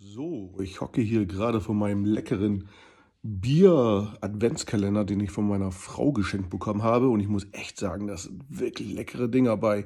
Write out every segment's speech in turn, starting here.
So, ich hocke hier gerade vor meinem leckeren Bier-Adventskalender, den ich von meiner Frau geschenkt bekommen habe. Und ich muss echt sagen, da sind wirklich leckere Dinger bei.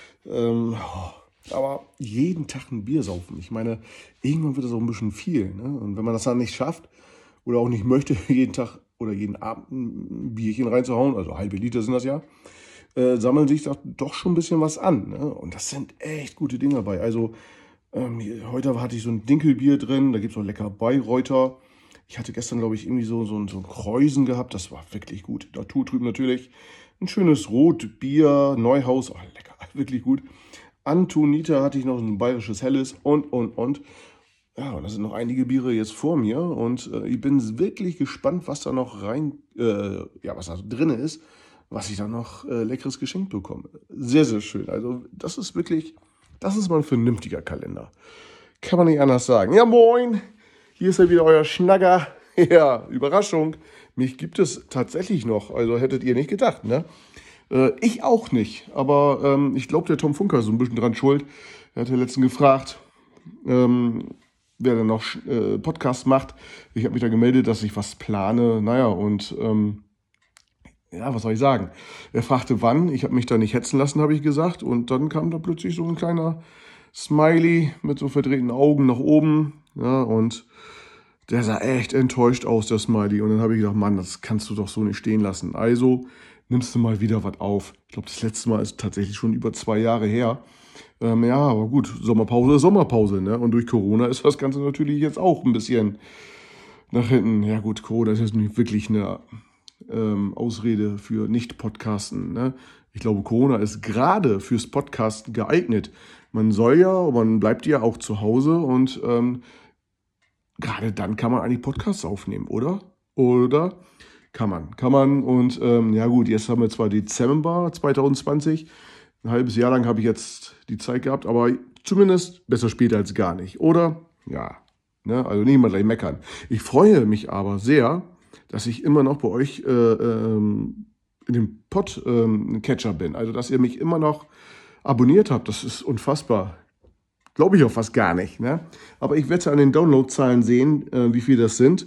Aber jeden Tag ein Bier saufen. Ich meine, irgendwann wird das auch ein bisschen viel. Ne? Und wenn man das dann nicht schafft oder auch nicht möchte, jeden Tag oder jeden Abend ein Bierchen reinzuhauen, also halbe Liter sind das ja, sammeln sich doch schon ein bisschen was an. Ne? Und das sind echt gute Dinger bei. Also heute hatte ich so ein Dinkelbier drin, da gibt es auch lecker Bayreuther. Ich hatte gestern, glaube ich, irgendwie so ein Kreuzen gehabt, das war wirklich gut. Naturtrüb natürlich. Ein schönes Rotbier, Neuhaus, oh, lecker, wirklich gut. Antonita hatte ich noch ein bayerisches Helles und. Ja, und da sind noch einige Biere jetzt vor mir und ich bin wirklich gespannt, was da noch was da drin ist, was ich da noch leckeres geschenkt bekomme. Sehr, sehr schön. Also das ist mal ein vernünftiger Kalender. Kann man nicht anders sagen. Ja, moin, hier ist ja wieder euer Schnacker. Ja, Überraschung, mich gibt es tatsächlich noch. Also hättet ihr nicht gedacht, ne? Ich auch nicht, aber ich glaube, der Tom Funker ist so ein bisschen dran schuld. Er hat ja letztens gefragt, wer dann noch Podcast macht. Ich habe mich da gemeldet, dass ich was plane. Naja, und ja, was soll ich sagen? Er fragte, wann. Ich habe mich da nicht hetzen lassen, habe ich gesagt. Und dann kam da plötzlich so ein kleiner Smiley mit so verdrehten Augen nach oben. Ja, und der sah echt enttäuscht aus, der Smiley. Und dann habe ich gedacht, Mann, das kannst du doch so nicht stehen lassen. Also nimmst du mal wieder was auf. Ich glaube, das letzte Mal ist tatsächlich schon über 2 Jahre her. Ja, aber gut, Sommerpause ist Sommerpause, ne? Und durch Corona ist das Ganze natürlich jetzt auch ein bisschen nach hinten. Ja gut, Corona ist jetzt nicht wirklich eine Ausrede für Nicht-Podcasten. Ne? Ich glaube, Corona ist gerade fürs Podcasten geeignet. Man bleibt ja auch zu Hause und gerade dann kann man eigentlich Podcasts aufnehmen, oder? Oder? Kann man. Und ja gut, jetzt haben wir zwar Dezember 2020, ein halbes Jahr lang habe ich jetzt die Zeit gehabt, aber zumindest besser später als gar nicht, oder? Ja, ne? Also nicht mal gleich meckern. Ich freue mich aber sehr, dass ich immer noch bei euch in dem Podcatcher bin. Also, dass ihr mich immer noch abonniert habt, das ist unfassbar. Glaube ich auch fast gar nicht. Ne? Aber ich werde an den Downloadzahlen sehen, wie viel das sind.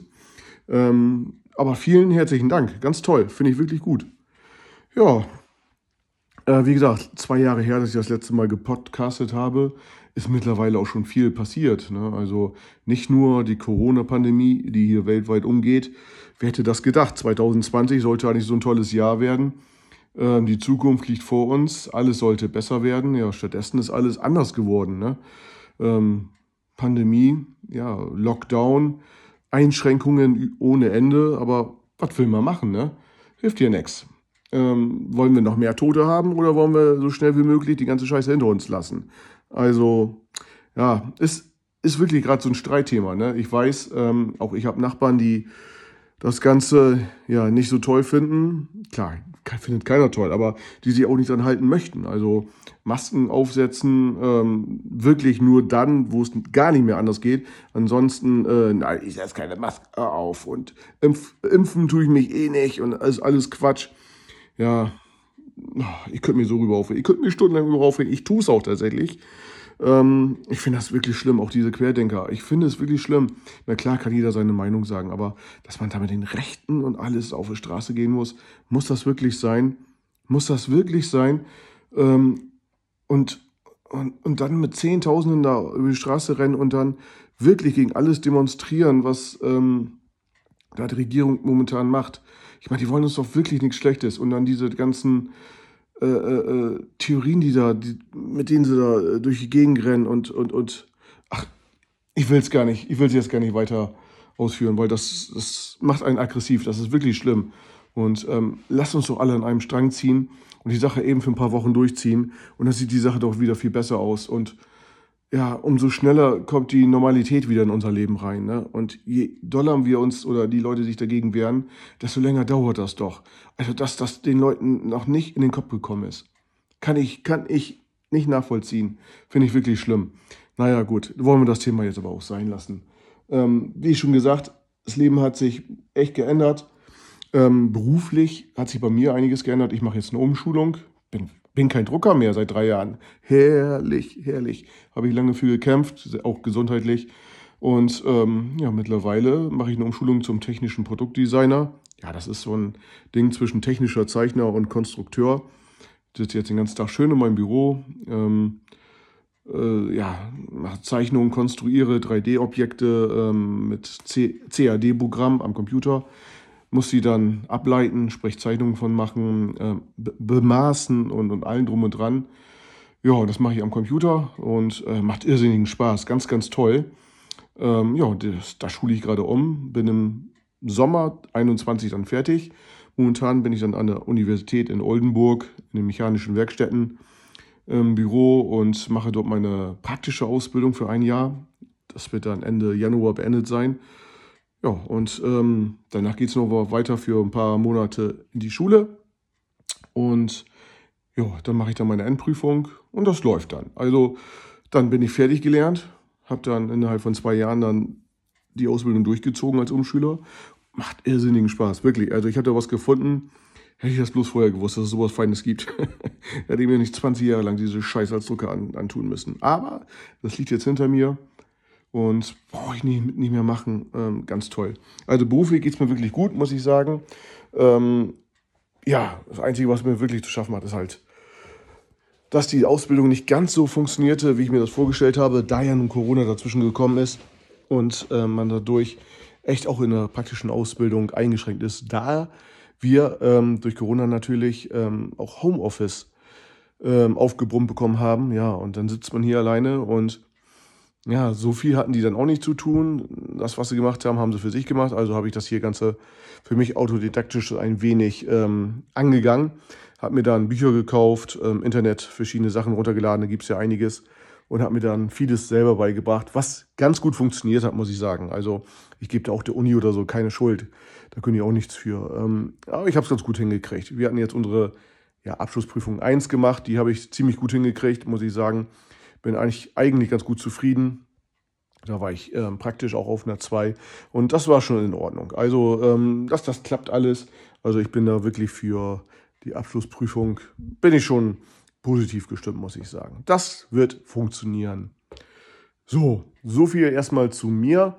Aber vielen herzlichen Dank. Ganz toll. Finde ich wirklich gut. Ja, wie gesagt, 2 Jahre her, dass ich das letzte Mal gepodcastet habe, ist mittlerweile auch schon viel passiert. Ne? Also nicht nur die Corona-Pandemie, die hier weltweit umgeht. Wer hätte das gedacht? 2020 sollte eigentlich so ein tolles Jahr werden. Die Zukunft liegt vor uns. Alles sollte besser werden. Ja, stattdessen ist alles anders geworden. Ne? Pandemie, ja, Lockdown, Einschränkungen ohne Ende. Aber was will man machen? Ne? Hilft hier nichts. Wollen wir noch mehr Tote haben oder wollen wir so schnell wie möglich die ganze Scheiße hinter uns lassen? Also, ja, ist wirklich gerade so ein Streitthema. Ne? Ich weiß, auch ich habe Nachbarn, die das Ganze ja nicht so toll finden. Klar, findet keiner toll, aber die sich auch nicht dran halten möchten. Also Masken aufsetzen, wirklich nur dann, wo es gar nicht mehr anders geht. Ansonsten, nein, ich setze keine Maske auf und impfen tue ich mich eh nicht und alles Quatsch. Ja, ich könnte mir so rüber aufregen. Ich könnte mir stundenlang rüber aufregen. Ich tue es auch tatsächlich. Ich finde das wirklich schlimm, auch diese Querdenker. Ich finde es wirklich schlimm. Na klar kann jeder seine Meinung sagen, aber dass man da mit den Rechten und alles auf die Straße gehen muss das wirklich sein? Muss das wirklich sein? Und, und dann mit Zehntausenden da über die Straße rennen und dann wirklich gegen alles demonstrieren, was da die Regierung momentan macht. Ich meine, die wollen uns doch wirklich nichts Schlechtes. Und dann diese ganzen Theorien, mit denen sie da durch die Gegend rennen und ach, ich will es gar nicht, ich will es jetzt gar nicht weiter ausführen, weil das macht einen aggressiv, das ist wirklich schlimm. Und lasst uns doch alle an einem Strang ziehen und die Sache eben für ein paar Wochen durchziehen und dann sieht die Sache doch wieder viel besser aus. Und ja, umso schneller kommt die Normalität wieder in unser Leben rein. Ne? Und je doller wir uns oder die Leute sich dagegen wehren, desto länger dauert das doch. Also, dass das den Leuten noch nicht in den Kopf gekommen ist, kann ich nicht nachvollziehen. Finde ich wirklich schlimm. Naja, gut, wollen wir das Thema jetzt aber auch sein lassen. Wie schon gesagt, das Leben hat sich echt geändert. Beruflich hat sich bei mir einiges geändert. Ich mache jetzt eine Umschulung, bin kein Drucker mehr seit 3 Jahren. Herrlich, herrlich. Habe ich lange für gekämpft, auch gesundheitlich. Und ja, mittlerweile mache ich eine Umschulung zum technischen Produktdesigner. Ja, das ist so ein Ding zwischen technischer Zeichner und Konstrukteur. Ich sitze jetzt den ganzen Tag schön in meinem Büro, ja, mache Zeichnungen, konstruiere 3D-Objekte mit CAD-Programm am Computer, muss sie dann ableiten, sprich Zeichnungen von machen, bemaßen und allem drum und dran. Ja, das mache ich am Computer und macht irrsinnigen Spaß, ganz, ganz toll. Ja, da schule ich gerade um, bin im Sommer 21 dann fertig. Momentan bin ich dann an der Universität in Oldenburg in den mechanischen Werkstätten im Büro und mache dort meine praktische Ausbildung für ein Jahr. Das wird dann Ende Januar beendet sein. Ja, und danach geht es noch weiter für ein paar Monate in die Schule. Und ja, dann mache ich dann meine Endprüfung und das läuft dann. Also dann bin ich fertig gelernt, habe dann innerhalb von 2 Jahren dann die Ausbildung durchgezogen als Umschüler. Macht irrsinnigen Spaß, wirklich. Also ich habe da was gefunden, hätte ich das bloß vorher gewusst, dass es sowas Feines gibt. Hätte ich mir nicht 20 Jahre lang diese Scheiße als Drucker antun müssen. Aber das liegt jetzt hinter mir und brauche ich nicht mehr machen. Ganz toll. Also beruflich geht es mir wirklich gut, muss ich sagen. Ja, das Einzige, was mir wirklich zu schaffen macht, ist halt, dass die Ausbildung nicht ganz so funktionierte, wie ich mir das vorgestellt habe, da ja nun Corona dazwischen gekommen ist und man dadurch echt auch in der praktischen Ausbildung eingeschränkt ist, da wir durch Corona natürlich auch Homeoffice aufgebrummt bekommen haben. Ja, und dann sitzt man hier alleine und ja, so viel hatten die dann auch nicht zu tun. Das, was sie gemacht haben, haben sie für sich gemacht. Also habe ich das hier Ganze für mich autodidaktisch ein wenig angegangen. Habe mir dann Bücher gekauft, Internet, verschiedene Sachen runtergeladen, da gibt es ja einiges. Und habe mir dann vieles selber beigebracht, was ganz gut funktioniert hat, muss ich sagen. Also ich gebe da auch der Uni oder so keine Schuld. Da können die auch nichts für. Aber ich habe es ganz gut hingekriegt. Wir hatten jetzt unsere Abschlussprüfung 1 gemacht. Die habe ich ziemlich gut hingekriegt, muss ich sagen. Bin eigentlich ganz gut zufrieden. Da war ich praktisch auch auf einer 2 und das war schon in Ordnung. Also das klappt alles. Also ich bin da wirklich für die Abschlussprüfung, bin ich schon positiv gestimmt, muss ich sagen. Das wird funktionieren. So viel erstmal zu mir.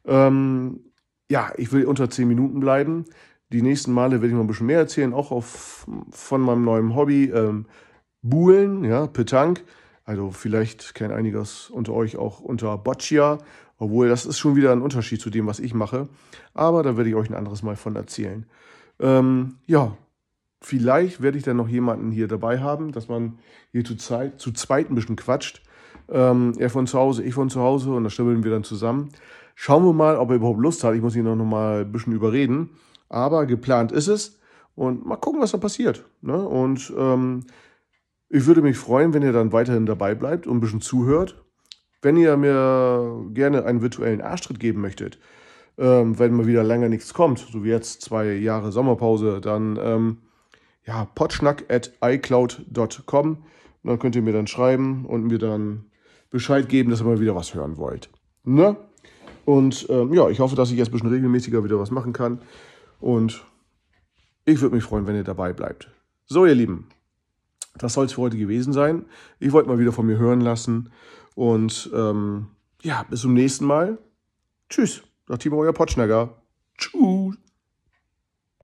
Ja, ich will unter 10 Minuten bleiben. Die nächsten Male werde ich noch ein bisschen mehr erzählen, auch von meinem neuen Hobby, Buhlen, ja, Petanque. Also vielleicht kennen einige unter euch auch unter Boccia, obwohl das ist schon wieder ein Unterschied zu dem, was ich mache. Aber da werde ich euch ein anderes Mal von erzählen. Ja, vielleicht werde ich dann noch jemanden hier dabei haben, dass man hier zu zweit ein bisschen quatscht. Er von zu Hause, ich von zu Hause und das stimmen wir dann zusammen. Schauen wir mal, ob er überhaupt Lust hat. Ich muss ihn noch mal ein bisschen überreden. Aber geplant ist es. Und mal gucken, was da passiert. Ne? Und ich würde mich freuen, wenn ihr dann weiterhin dabei bleibt und ein bisschen zuhört. Wenn ihr mir gerne einen virtuellen Arschtritt geben möchtet, wenn mal wieder länger nichts kommt, so wie jetzt 2 Jahre Sommerpause, dann potschnack@icloud.com. Und dann könnt ihr mir dann schreiben und mir dann Bescheid geben, dass ihr mal wieder was hören wollt. Ne? Und ich hoffe, dass ich jetzt ein bisschen regelmäßiger wieder was machen kann. Und ich würde mich freuen, wenn ihr dabei bleibt. So, ihr Lieben, das soll es für heute gewesen sein. Ich wollte mal wieder von mir hören lassen. Und bis zum nächsten Mal. Tschüss, sagt Timo, euer Potschnacker. Tschüss.